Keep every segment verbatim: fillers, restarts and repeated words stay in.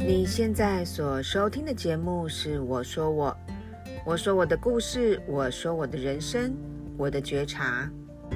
你现在所收听的节目是我说我，我说我的故事，我说我的人生，我的觉察。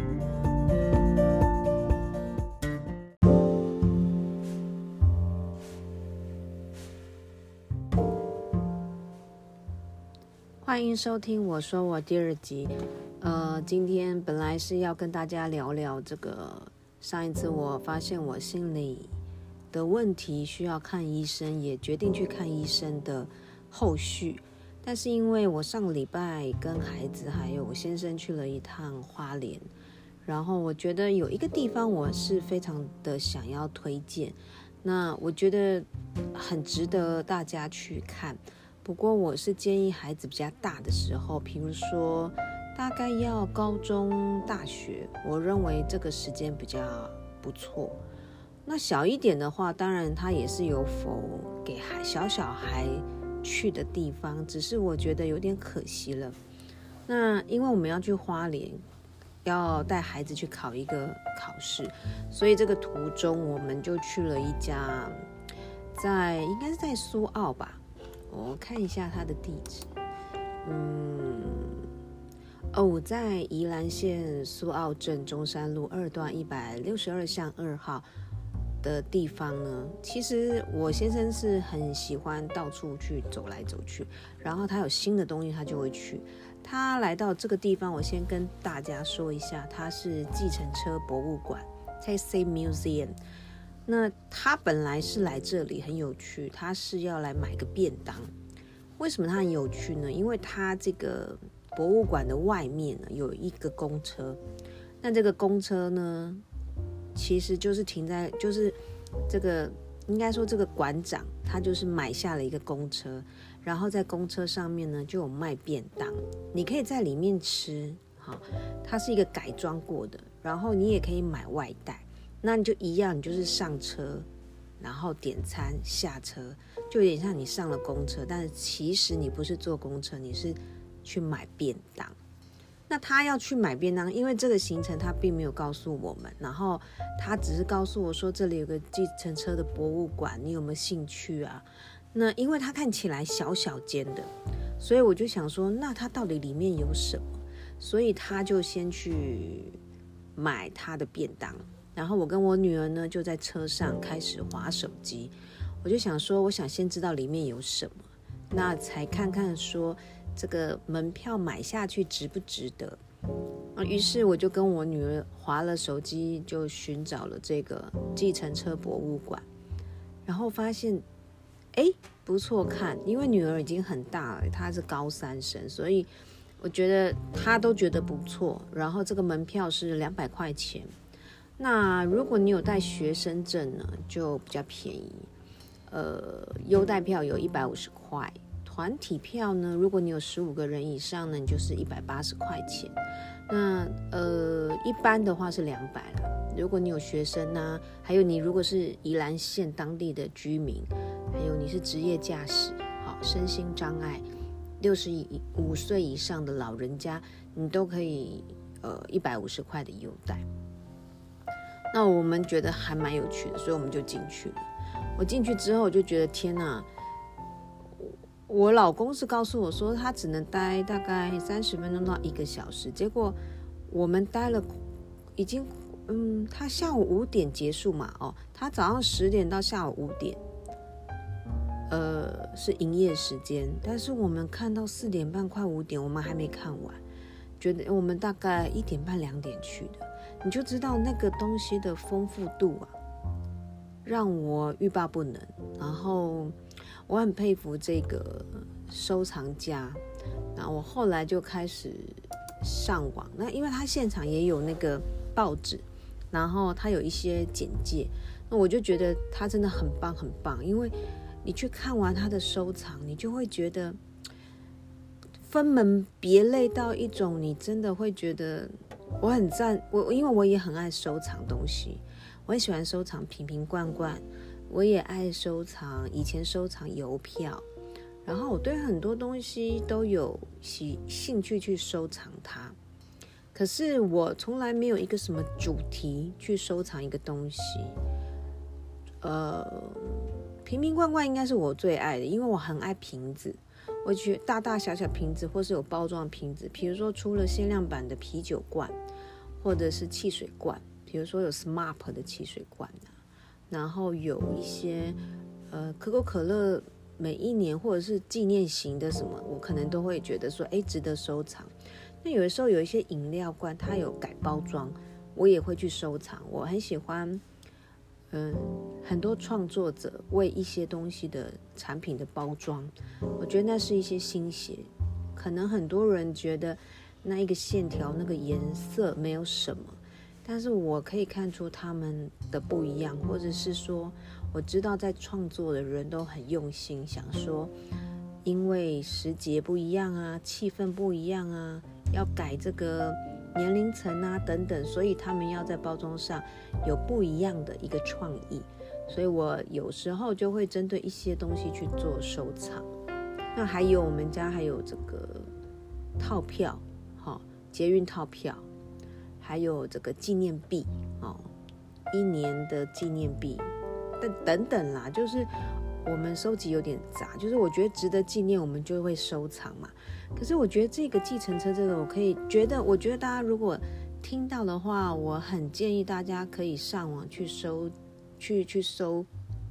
欢迎收听我说我第二集。呃，今天本来是要跟大家聊聊这个，上一次我发现我心里的问题需要看医生，也决定去看医生的后续。但是因为我上个礼拜跟孩子还有我先生去了一趟花莲，然后我觉得有一个地方我是非常的想要推荐，那我觉得很值得大家去看。不过我是建议孩子比较大的时候，比如说大概要高中大学，我认为这个时间比较不错。那小一点的话，当然它也是有否给小小孩去的地方，只是我觉得有点可惜了。那因为我们要去花莲，要带孩子去考一个考试，所以这个途中我们就去了一家，在应该是在苏澳吧，我看一下它的地址。嗯，哦，在宜兰县苏澳镇中山路二段一百六十二巷二号的地方呢，其实我先生是很喜欢到处去走来走去，然后他有新的东西他就会去。他来到这个地方，我先跟大家说一下，它是计程车博物馆 Taxi Museum。 那他本来是来这里很有趣，他是要来买个便当。为什么他很有趣呢？因为他这个博物馆的外面呢有一个公车，那这个公车呢其实就是停在，就是这个应该说这个馆长他就是买下了一个公车，然后在公车上面呢就有卖便当，你可以在里面吃，好，它是一个改装过的，然后你也可以买外带，那你就一样，你就是上车然后点餐下车，就有点像你上了公车，但是其实你不是坐公车，你是去买便当。那他要去买便当，因为这个行程他并没有告诉我们，然后他只是告诉我说这里有个计程车的博物馆，你有没有兴趣啊？那因为他看起来小小间的，所以我就想说，那他到底里面有什么？所以他就先去买他的便当，然后我跟我女儿呢就在车上开始滑手机。我就想说，我想先知道里面有什么，那才看看说这个门票买下去值不值得。于是我就跟我女儿滑了手机，就寻找了这个计程车博物馆，然后发现哎不错看，因为女儿已经很大了，她是高三生，所以我觉得她都觉得不错。然后这个门票是两百块钱，那如果你有带学生证呢就比较便宜，呃，优待票有一百五十块，团体票呢，如果你有十五个人以上呢，你就是一百八十块钱。那呃，一般的话是两百了。如果你有学生啊，还有你如果是宜兰县当地的居民，还有你是职业驾驶，好，身心障碍，六十五岁以上的老人家，你都可以呃一百五十块的优待。那我们觉得还蛮有趣的，所以我们就进去了。我进去之后，我就觉得天哪！我老公是告诉我说，他只能待大概三十分钟到一个小时，结果我们待了已经，嗯，他下午五点结束嘛，哦，他早上十点到下午五点，呃，是营业时间，但是我们看到四点半快五点，我们还没看完，觉得我们大概一点半两点去的，你就知道那个东西的丰富度啊。让我欲罢不能，然后我很佩服这个收藏家，然后我后来就开始上网，那因为他现场也有那个报纸，然后他有一些简介，那我就觉得他真的很棒很棒，因为你去看完他的收藏，你就会觉得分门别类到一种你真的会觉得我很赞，我因为我也很爱收藏东西。我也喜欢收藏瓶瓶罐罐，我也爱收藏，以前收藏邮票，然后我对很多东西都有兴趣去收藏它。可是我从来没有一个什么主题去收藏一个东西。 呃，瓶瓶罐罐应该是我最爱的，因为我很爱瓶子。我觉得大大小小瓶子，或是有包装的瓶子，比如说出了限量版的啤酒罐，或者是汽水罐，比如说有 S M A P 的汽水罐啊，然后有一些呃可口可乐每一年或者是纪念型的什么，我可能都会觉得说，哎，值得收藏。那有的时候有一些饮料罐，它有改包装，我也会去收藏。我很喜欢。嗯，很多创作者为一些东西的产品的包装，我觉得那是一些心血。可能很多人觉得那一个线条、那个颜色没有什么，但是我可以看出他们的不一样，或者是说，我知道在创作的人都很用心，想说，因为时节不一样啊，气氛不一样啊，要改这个年龄层啊等等，所以他们要在包装上有不一样的一个创意，所以我有时候就会针对一些东西去做收藏。那还有我们家还有这个套票，哦，捷运套票，还有这个纪念币，哦，一年的纪念币，等等等啦，就是我们收集有点杂，就是我觉得值得纪念，我们就会收藏嘛。可是我觉得这个计程车这个，我可以觉得，我觉得大家如果听到的话，我很建议大家可以上网去搜，去去搜，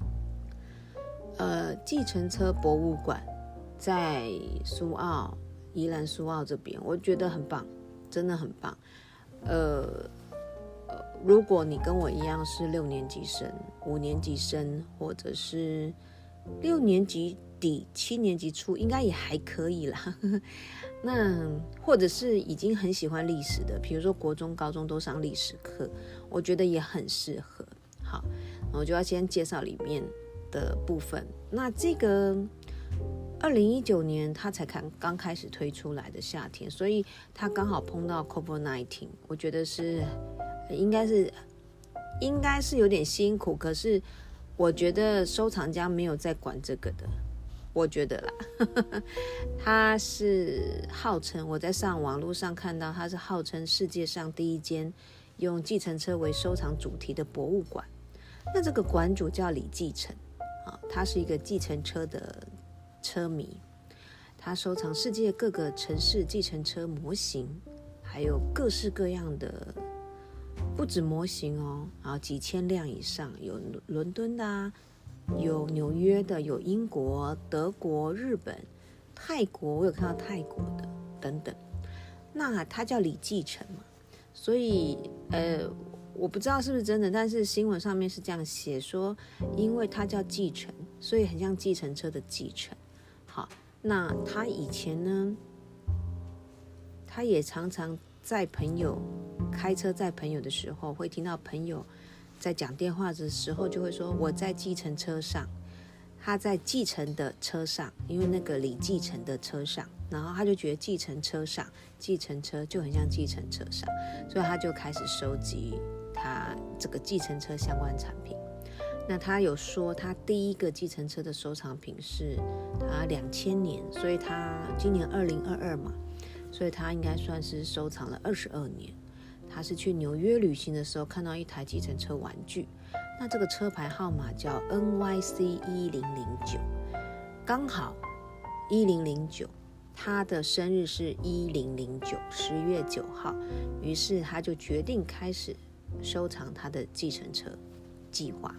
呃，计程车博物馆在苏澳，宜兰苏澳这边，我觉得很棒，真的很棒。呃，如果你跟我一样是六年级生、五年级生，或者是六年级底、七年级初，应该也还可以啦。那或者是已经很喜欢历史的，比如说国中、高中都上历史课，我觉得也很适合。好，我就要先介绍里面的部分。那这个二零一九年它才刚开始推出来的夏天，所以它刚好碰到 COVID 十九， 我觉得是应该是应该是有点辛苦，可是我觉得收藏家没有在管这个的，我觉得啦。它是号称，我在上网络上看到，它是号称世界上第一间用计程车为收藏主题的博物馆。那这个馆主叫李继承，他是一个计程车的车迷，他收藏世界各个城市计程车模型，还有各式各样的，不止模型哦，然后几千辆以上，有伦敦的啊，有纽约的，有英国、德国、日本、泰国，我有看到泰国的等等。那他叫李继承嘛，所以呃，我不知道是不是真的，但是新闻上面是这样写说，因为他叫继承，所以很像计程车的继承。好，那他以前呢，他也常常载朋友，开车载朋友的时候，会听到朋友在讲电话的时候，就会说我在计程车上，他在继承的车上，因为那个李继承的车上，然后他就觉得计程车上，计程车就很像计程车上，所以他就开始收集他这个计程车相关产品。那他有说他第一个计程车的收藏品是他两千年，所以他今年二零二二嘛，所以他应该算是收藏了二十二年。他是去纽约旅行的时候看到一台计程车玩具，那这个车牌号码叫 N Y C 一零零九，刚好一零零九，他的生日是一零零九十月九号，于是他就决定开始收藏他的计程车计划。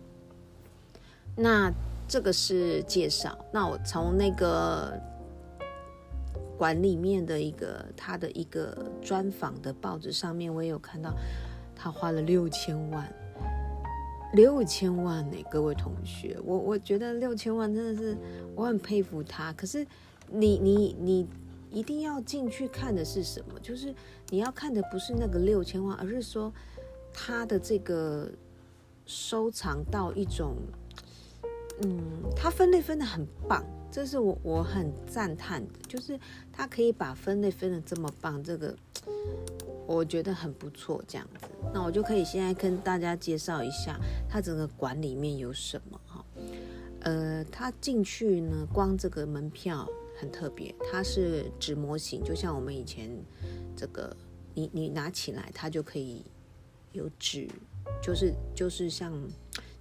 那这个是介绍，那我从那个馆里面的一个他的一个专访的报纸上面，我也有看到他花了六千万，六千万呢、欸，各位同学，我我觉得六千万真的是我很佩服他。可是你你你一定要进去看的是什么？就是你要看的不是那个六千万，而是说他的这个收藏到一种。嗯，他分类分得很棒，这是我我很赞叹的，就是他可以把分类分得这么棒，这个我觉得很不错。这样子，那我就可以现在跟大家介绍一下他整个馆里面有什么哈。呃，他进去呢，光这个门票很特别，它是纸模型，就像我们以前这个，你你拿起来，它就可以有纸，就是就是像。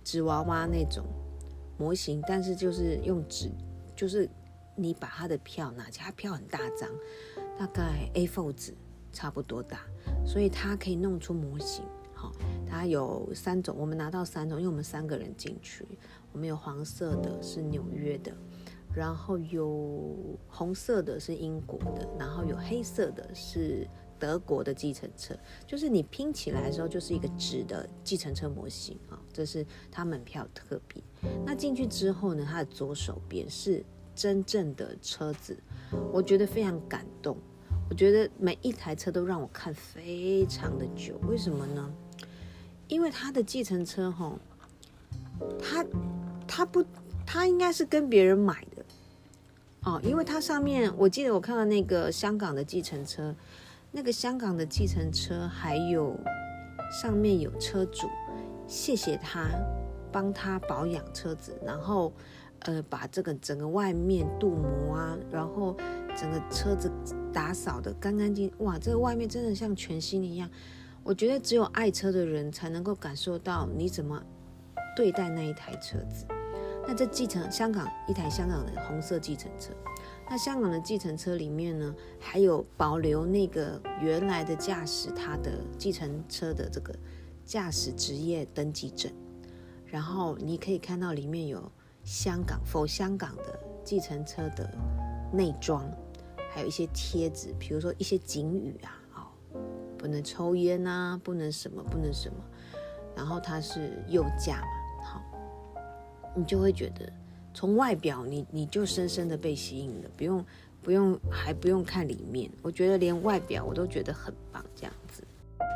纸娃娃那种模型，但是就是用纸，就是你把它的票拿起来，它票很大张，大概 A 四 纸差不多大，所以它可以弄出模型。好，它有三种，我们拿到三种，因为我们三个人进去，我们有黄色的是纽约的，然后有红色的是英国的，然后有黑色的是德国的计程车，就是你拼起来的时候就是一个纸的计程车模型啊，这是它门票特别。那进去之后呢，它的左手边是真正的车子，我觉得非常感动。我觉得每一台车都让我看非常的久，为什么呢？因为它的计程车吼，它它不，它应该是跟别人买的哦，因为它上面我记得我看到那个香港的计程车，那个香港的计程车还有上面有车主谢谢他帮他保养车子，然后呃把这个整个外面镀膜啊，然后整个车子打扫的干干净，哇，这个外面真的像全新一样。我觉得只有爱车的人才能够感受到你怎么对待那一台车子。那这计程香港一台香港的红色计程车，那香港的计程车里面呢，还有保留那个原来的驾驶他的计程车的这个驾驶职业登记证，然后你可以看到里面有香港 for 香港的计程车的内装，还有一些贴纸，比如说一些警语啊，哦，不能抽烟啊，不能什么不能什么，然后它是右驾嘛，好，你就会觉得从外表你你就深深的被吸引了，不用不用还不用看里面，我觉得连外表我都觉得很棒这样子。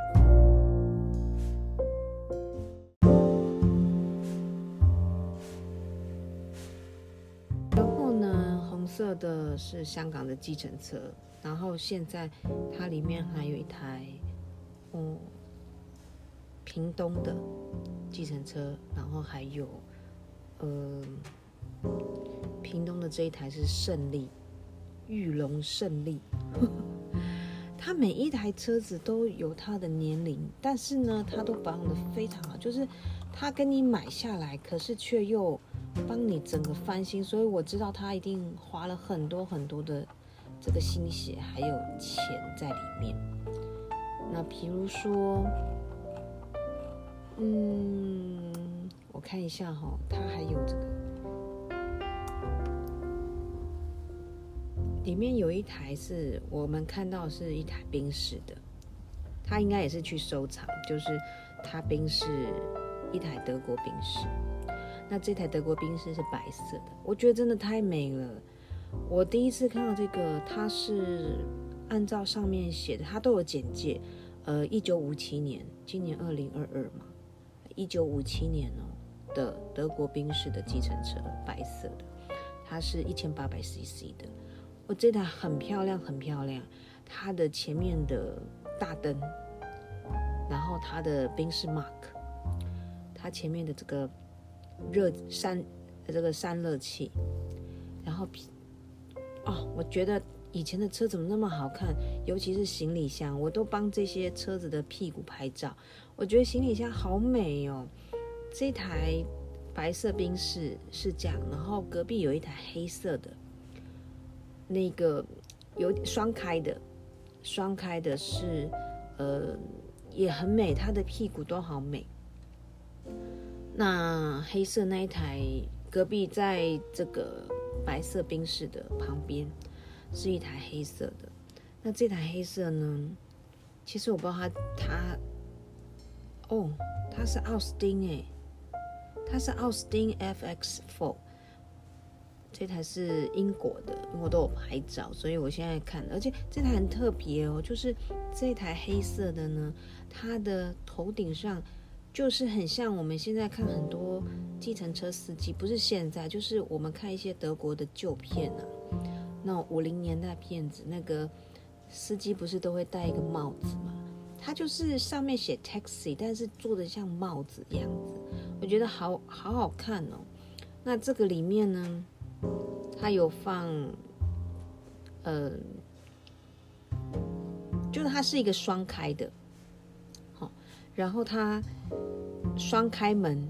然后呢，红色的是香港的计程车，然后现在它里面还有一台嗯屏东的计程车，然后还有呃屏东的这一台是胜利玉龙胜利它每一台车子都有它的年龄，但是呢它都保养得非常好，就是它跟你买下来，可是却又帮你整个翻新，所以我知道他一定花了很多很多的这个心血还有钱在里面。那比如说嗯我看一下哈，它还有这个里面有一台是我们看到是一台宾士的，它应该也是去收藏，就是它宾士一台德国宾士，那这台德国宾士是白色的，我觉得真的太美了。我第一次看到这个，它是按照上面写的，它都有简介，呃，一九五七年，今年二零二二嘛，一九五七年哦的德国宾士的计程车，白色的，它是一千八百 C C 的。我这台很漂亮，很漂亮，它的前面的大灯，然后它的宾士 Mark， 它前面的这个热散这个散热器，然后哦，我觉得以前的车怎么那么好看，尤其是行李箱，我都帮这些车子的屁股拍照，我觉得行李箱好美哦。这台白色宾士是这样，然后隔壁有一台黑色的，那个有双开的，双开的是呃也很美，它的屁股都好美。那黑色那一台隔壁在这个白色宾士的旁边是一台黑色的，那这台黑色呢，其实我不知道它它哦它是奥斯汀耶，它是奥斯汀 F X 四， 这台是英国的，因为我都有拍照，所以我现在看，而且这台很特别哦，就是这台黑色的呢，它的头顶上就是很像我们现在看很多计程车司机，不是现在，就是我们看一些德国的旧片啊，那种五零年代片子，那个司机不是都会戴一个帽子吗？它就是上面写 taxi， 但是做的像帽子一样子，我觉得好好好看哦。那这个里面呢，它有放，呃，就是它是一个双开的，好，然后它双开门，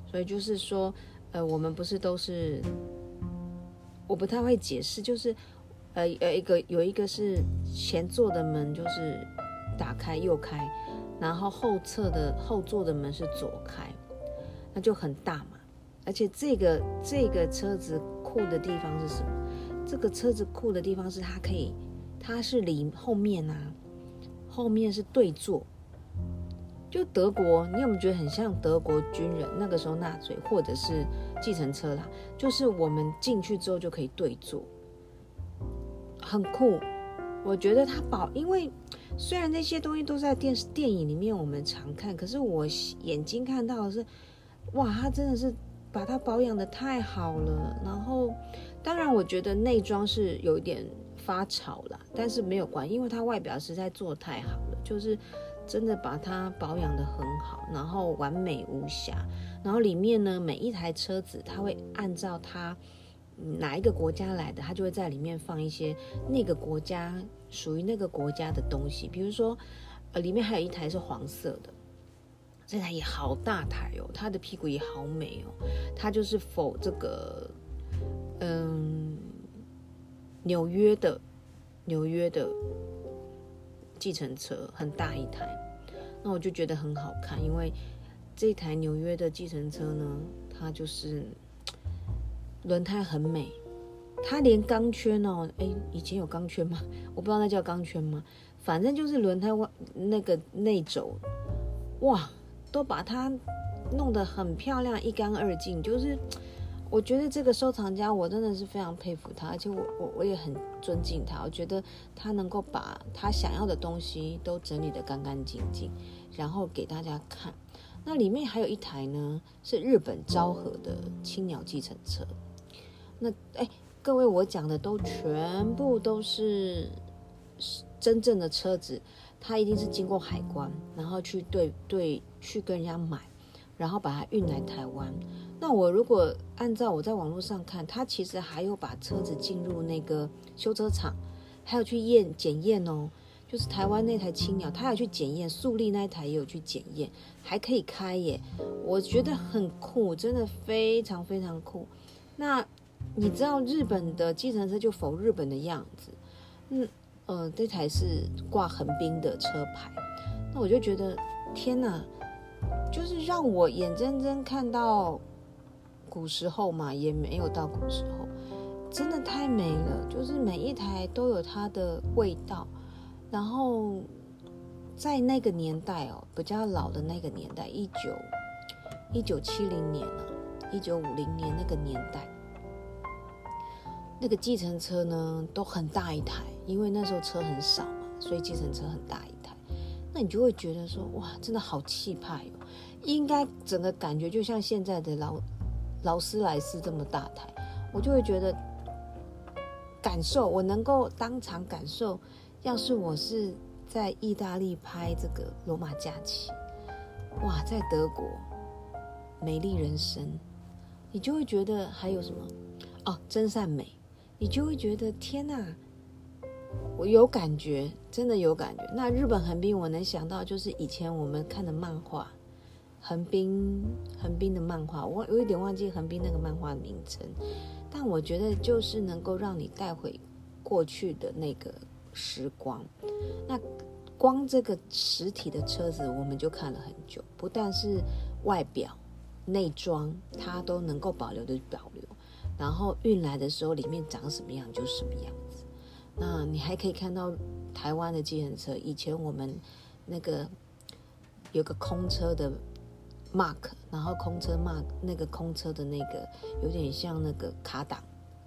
所以就是说，呃，我们不是都是，我不太会解释，就是，呃，有一个有一个是前座的门就是打开右开，然后后侧的后座的门是左开，那就很大嘛。而且这个这个车子酷的地方是什么？这个车子酷的地方是它可以，它是里后面啊，后面是对座。就德国，你有没有觉得很像德国军人那个时候纳粹，或者是计程车啦？就是我们进去之后就可以对坐，很酷。我觉得它保，因为虽然那些东西都在电视电影里面我们常看，可是我眼睛看到的是，哇，它真的是把它保养的太好了。然后，当然我觉得内装是有一点发潮啦，但是没有关系，因为它外表实在做得太好了，就是真的把它保养得很好，然后完美无瑕。然后里面呢，每一台车子它会按照它哪一个国家来的，它就会在里面放一些那个国家属于那个国家的东西。比如说，呃，里面还有一台是黄色的，这台也好大台哦，它的屁股也好美哦。它就是否这个，嗯，纽约的纽约的计程车，很大一台。那我就觉得很好看，因为这台纽约的计程车呢，它就是轮胎很美，它连钢圈哦，哎，以前有钢圈吗？我不知道那叫钢圈吗？反正就是轮胎那个内轴，哇，都把它弄得很漂亮，一干二净。就是我觉得这个收藏家，我真的是非常佩服他，而且我我我也很尊敬他。我觉得他能够把他想要的东西都整理得干干净净，然后给大家看。那里面还有一台呢，是日本昭和的青鸟计程车。那哎，各位，我讲的都全部都是真正的车子，它一定是经过海关，然后去对对去跟人家买，然后把它运来台湾。那我如果按照我在网络上看，它其实还有把车子进入那个修车厂，还有去验检验哦。就是台湾那台青鸟，它有去检验，速力那一台也有去检验，还可以开耶，我觉得很酷，真的非常非常酷。那你知道日本的计程车就否日本的样子，嗯呃，这台是挂横滨的车牌，那我就觉得天哪，就是让我眼睁睁看到古时候嘛，也没有到古时候，真的太美了，就是每一台都有它的味道。然后在那个年代哦，比较老的那个年代，一九一九七零年啊，一九五零年那个年代，那个计程车呢都很大一台，因为那时候车很少嘛，所以计程车很大一台。那你就会觉得说，哇，真的好气派哦！应该整个感觉就像现在的劳劳斯莱斯这么大台，我就会觉得感受，我能够当场感受。要是我是在意大利拍这个罗马假期，哇，在德国美丽人生，你就会觉得还有什么哦，真善美，你就会觉得天哪，我有感觉，真的有感觉。那日本横滨，我能想到就是以前我们看的漫画，横滨横滨的漫画，我有一点忘记横滨那个漫画的名称，但我觉得就是能够让你带回过去的那个时光。那光这个实体的车子我们就看了很久，不但是外表内装它都能够保留的保留，然后运来的时候里面长什么样就是什么样子。那你还可以看到台湾的计程车，以前我们那个有个空车的 mark， 然后空车 mark 那个空车的那个有点像那个卡档，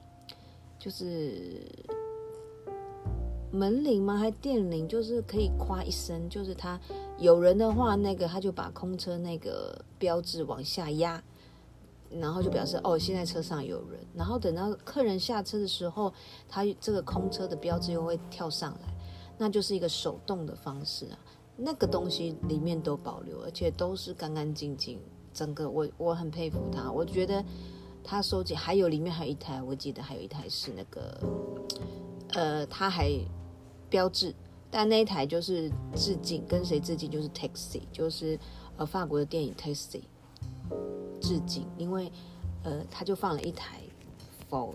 就是门铃吗？还电铃？就是可以夸一声，就是他有人的话，那个他就把空车那个标志往下压，然后就表示哦，现在车上有人。然后等到客人下车的时候，他这个空车的标志又会跳上来，那就是一个手动的方式啊。那个东西里面都保留，而且都是干干净净。整个我我很佩服他，我觉得他收集还有里面还有一台，我记得还有一台是那个呃，他还标志，但那一台就是致敬，跟谁致敬就是 Taxi， 就是呃法国的电影 Taxi。 致敬，因为呃，他就放了一台否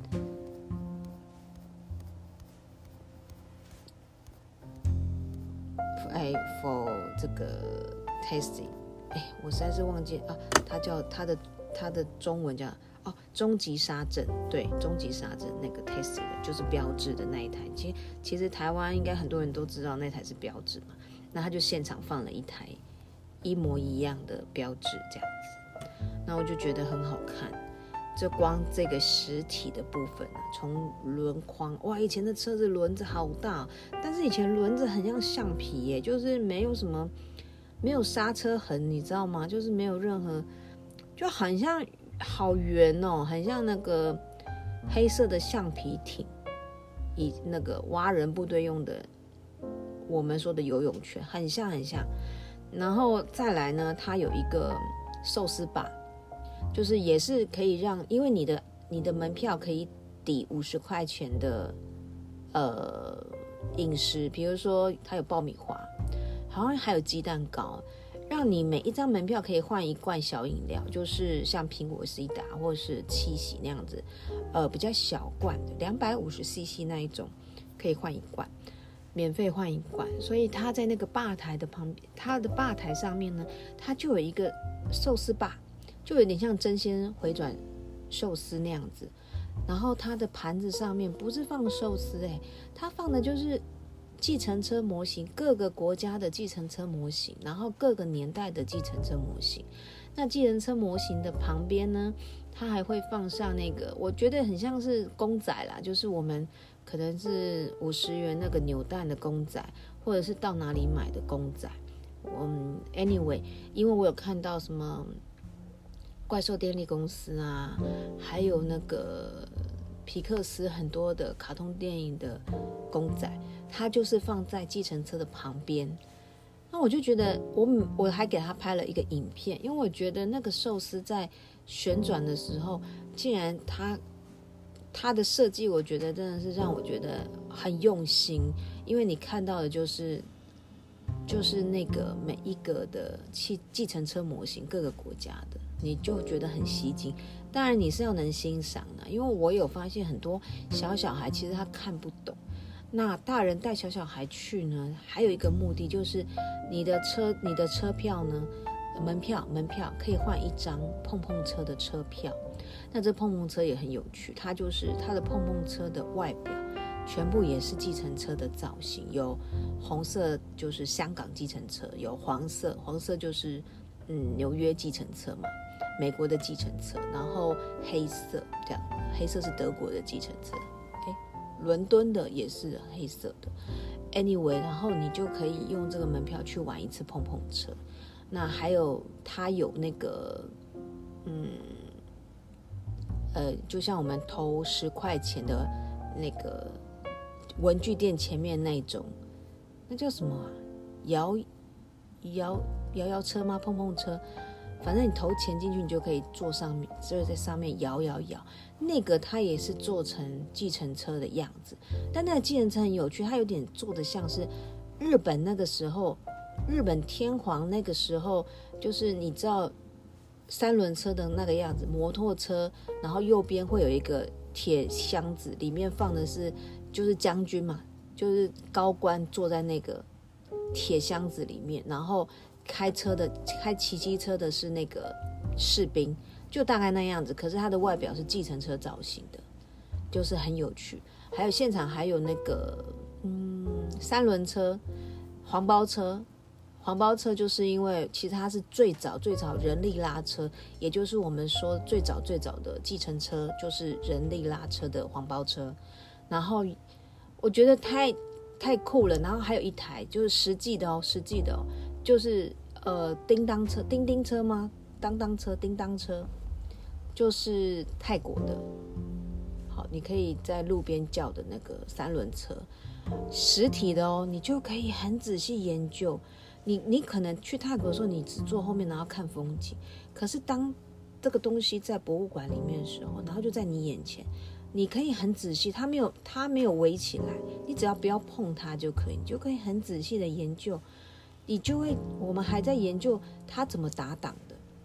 哎否这个 Tasty， 哎，我实在是忘记啊，他叫他的他的中文叫哦终极沙阵，对，终极沙阵那个 Tasty 的就是标志的那一台，其实其实台湾应该很多人都知道那台是标志嘛，那他就现场放了一台一模一样的标志这样子，那我就觉得很好看。这光这个实体的部分啊，从轮框，哇，以前的车子轮子好大，但是以前轮子很像橡皮耶，就是没有什么，没有刹车痕，你知道吗？就是没有任何，就很像好圆哦，很像那个黑色的橡皮艇，以那个蛙人部队用的，我们说的游泳圈，很像很像。然后再来呢，它有一个寿司吧。就是也是可以让，因为你的你的门票可以抵五十块钱的呃饮食，比如说它有爆米花，好像还有鸡蛋糕，让你每一张门票可以换一罐小饮料，就是像苹果西打或是七喜那样子，呃比较小罐的两百五十 C C 那一种，可以换一罐，免费换一罐。所以它在那个吧台的旁边，它的吧台上面呢，它就有一个寿司吧。就有点像真鲜回转寿司那样子，然后它的盘子上面不是放寿司哎，它放的就是计程车模型，各个国家的计程车模型，然后各个年代的计程车模型。那计程车模型的旁边呢，它还会放上那个，我觉得很像是公仔啦，就是我们可能是五十元那个扭蛋的公仔，或者是到哪里买的公仔。嗯 ，anyway， 因为我有看到什么。怪兽电力公司啊，还有那个皮克斯很多的卡通电影的公仔，它就是放在计程车的旁边。那我就觉得我我还给他拍了一个影片，因为我觉得那个寿司在旋转的时候，竟然它它的设计，我觉得真的是让我觉得很用心，因为你看到的就是就是那个每一个的计计程车模型，各个国家的。你就觉得很吸睛，当然你是要能欣赏的，因为我有发现很多小小孩其实他看不懂，那大人带小小孩去呢，还有一个目的就是你的车你的车票呢，门票门票可以换一张碰碰车的车票，那这碰碰车也很有趣，它就是它的碰碰车的外表全部也是计程车的造型，有红色就是香港计程车，有黄色黄色就是嗯纽约计程车嘛，美国的计程车，然后黑色这样，黑色是德国的计程车，伦敦的也是黑色的。Anyway， 然后你就可以用这个门票去玩一次碰碰车。那还有它有那个，嗯，呃，就像我们投十块钱的那个文具店前面那种，那叫什么啊？摇摇摇摇车吗？碰碰车？反正你投钱进去，你就可以坐上面，就是在上面摇摇摇。那个它也是做成计程车的样子，但那个计程车很有趣，它有点做的像是日本那个时候，日本天皇那个时候，就是你知道三轮车的那个样子，摩托车，然后右边会有一个铁箱子，里面放的是就是将军嘛，就是高官坐在那个铁箱子里面，然后开车的开骑机车的是那个士兵，就大概那样子，可是它的外表是计程车造型的，就是很有趣。还有现场还有那个嗯三轮车黄包车，黄包车就是因为其实它是最早最早人力拉车，也就是我们说最早最早的计程车就是人力拉车的黄包车，然后我觉得太太酷了。然后还有一台就是实际的哦，实际的哦，就是呃叮当车，叮叮车吗？当当车，叮当车，就是泰国的。好，你可以在路边叫的那个三轮车，实体的哦，你就可以很仔细研究。你你可能去泰国的时候，你只坐后面然后看风景，可是当这个东西在博物馆里面的时候，然后就在你眼前，你可以很仔细，它没有它没有围起来，你只要不要碰它就可以，你就可以很仔细的研究。你就会，我们还在研究它怎么打档的，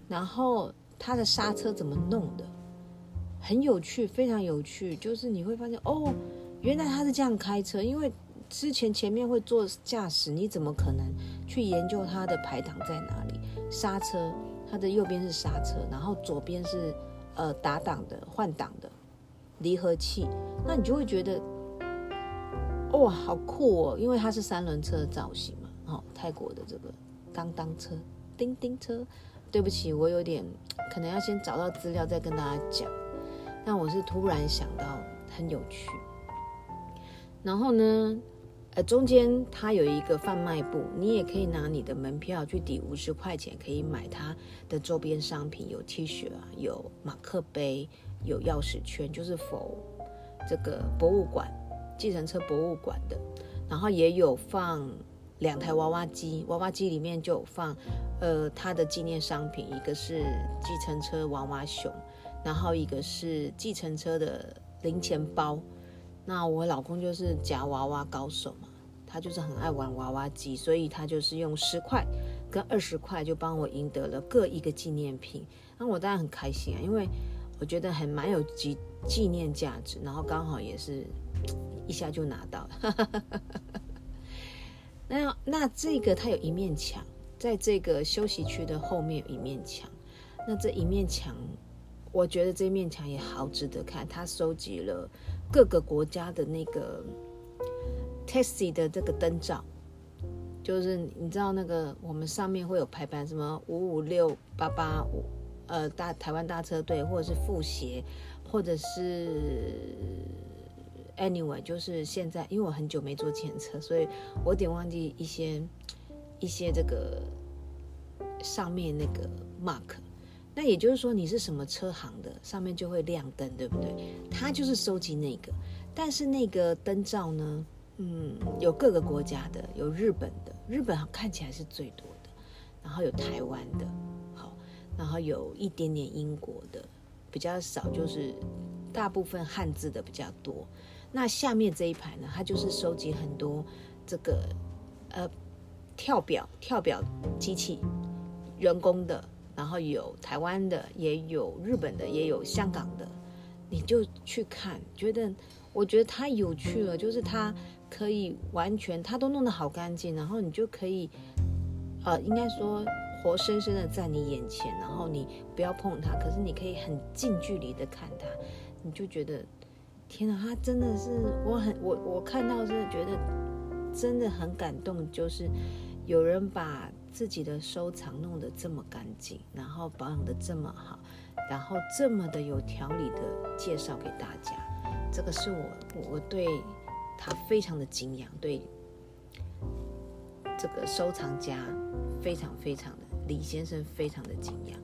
然后它的刹车怎么弄的，很有趣，非常有趣。就是你会发现，哦，原来他是这样开车，因为之前前面会做驾驶，你怎么可能去研究它的排档在哪里？刹车，它的右边是刹车，然后左边是呃打档的、换挡的离合器，那你就会觉得，哇，好酷哦！因为它是三轮车的造型嘛，哦，泰国的这个当当车、叮叮车。对不起，我有点可能要先找到资料再跟大家讲。但我是突然想到很有趣。然后呢，呃，中间它有一个贩卖部，你也可以拿你的门票去抵五十块钱，可以买它的周边商品，有 T 恤啊，有马克杯，有钥匙圈，就是否这个博物馆、计程车博物馆的。然后也有放两台娃娃机，娃娃机里面就有放呃它的纪念商品，一个是计程车娃娃熊，然后一个是计程车的零钱包。那我老公就是夹娃娃高手嘛，他就是很爱玩娃娃机，所以他就是用十块跟二十块就帮我赢得了各一个纪念品。那我当然很开心啊，因为我觉得很蛮有纪纪念价值，然后刚好也是一下就拿到了。那那这个它有一面墙，在这个休息区的后面有一面墙，那这一面墙，我觉得这面墙也好值得看。它收集了各个国家的那个 taxi 的这个灯罩，就是你知道那个我们上面会有排版，什么五五六八八五，呃，大台湾大车队，或者是富协，或者是 anyway， 就是现在，因为我很久没坐计程车，所以我有点忘记一些一些这个上面那个 mark。那也就是说，你是什么车行的，上面就会亮灯，对不对？它就是收集那个，但是那个灯罩呢，嗯，有各个国家的，有日本的，日本看起来是最多的，然后有台湾的，好，然后有一点点英国的，比较少，就是大部分汉字的比较多。那下面这一排呢，它就是收集很多这个呃跳表跳表机器，人工的。然后有台湾的，也有日本的，也有香港的，你就去看，觉得我觉得太有趣了，就是它可以完全，它都弄得好干净，然后你就可以，呃，应该说活生生的在你眼前，然后你不要碰它，可是你可以很近距离的看它，你就觉得天哪，它真的是我很我我看到是觉得真的很感动，就是有人把自己的收藏弄得这么干净，然后保养得这么好，然后这么的有条理的介绍给大家，这个是我我对他非常的敬仰，对这个收藏家非常非常的李先生非常的敬仰。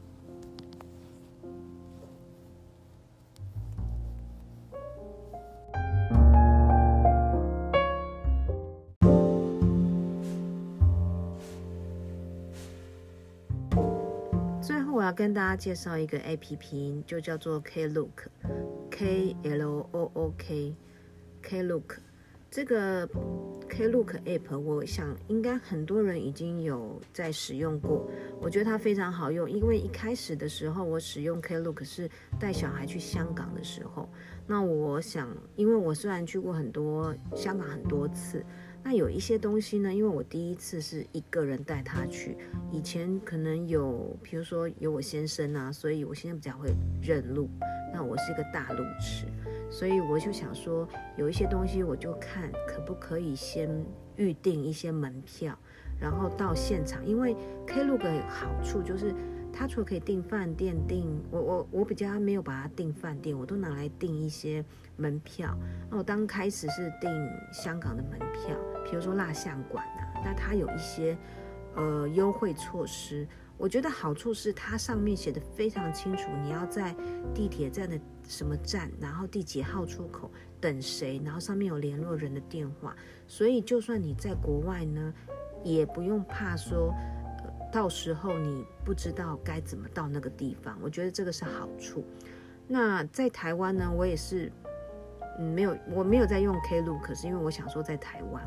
我要跟大家介绍一个 A P P， 就叫做 Klook， K L O O K Klook。这个 Klook App， 我想应该很多人已经有在使用过。我觉得它非常好用，因为一开始的时候我使用 Klook 是带小孩去香港的时候。那我想，因为我虽然去过很多香港很多次。那有一些东西呢，因为我第一次是一个人带他去，以前可能有，比如说有我先生啊，所以我现在比较会认路。那我是一个大路痴，所以我就想说，有一些东西我就看可不可以先预定一些门票，然后到现场。因为 Klook 有好处就是，它除了可以订饭店，订我我我比较没有把它订饭店，我都拿来订一些门票。那我刚开始是订香港的门票，比如说蜡像馆啊，那它有一些呃优惠措施。我觉得好处是它上面写的非常清楚，你要在地铁站的什么站，然后第几号出口等谁，然后上面有联络人的电话，所以就算你在国外呢，也不用怕说。到时候你不知道该怎么到那个地方，我觉得这个是好处。那在台湾呢，我也是，嗯，没有，我没有在用 Klook， 是因为我想说在台湾嘛，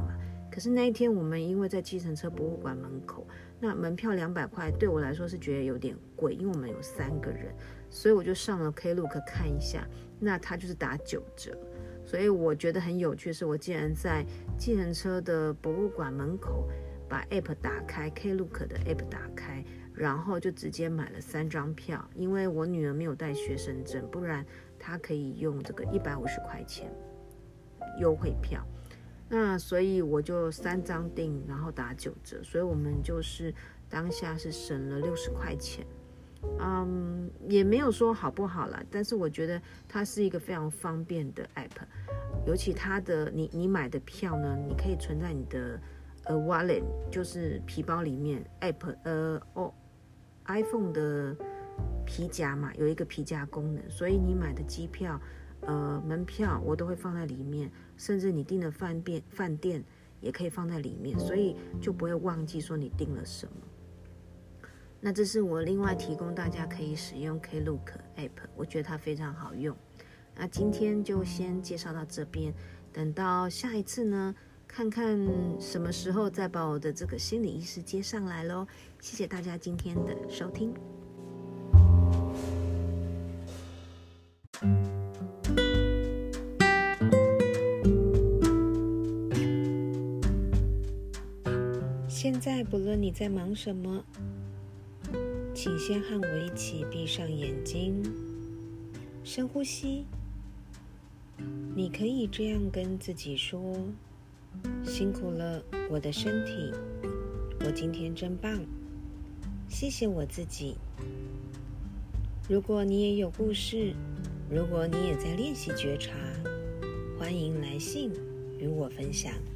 可是那一天我们因为在计程车博物馆门口，那门票两百块对我来说是觉得有点贵，因为我们有三个人，所以我就上了 Klook 看一下，那它就是打九折。所以我觉得很有趣的是，我竟然在计程车的博物馆门口把 app 打开 Klook 的 app 打开，然后就直接买了三张票，因为我女儿没有带学生证，不然她可以用这个一百五十块钱优惠票。那所以我就三张订，然后打九折，所以我们就是当下是省了六十块钱。嗯，也没有说好不好啦，但是我觉得它是一个非常方便的 app， 尤其它的你你买的票呢，你可以存在你的呃 wallet， 就是皮包里面 app 呃哦 iPhone 的皮夹嘛，有一个皮夹功能，所以你买的机票呃门票我都会放在里面，甚至你订的饭店饭店也可以放在里面，所以就不会忘记说你订了什么。那这是我另外提供大家可以使用 Klook app， 我觉得它非常好用。那今天就先介绍到这边，等到下一次呢，看看什么时候再把我的这个心理医师接上来咯。谢谢大家今天的收听。现在不论你在忙什么，请先和我一起闭上眼睛，深呼吸。你可以这样跟自己说：辛苦了，我的身体，我今天真棒，谢谢我自己。如果你也有故事，如果你也在练习觉察，欢迎来信与我分享。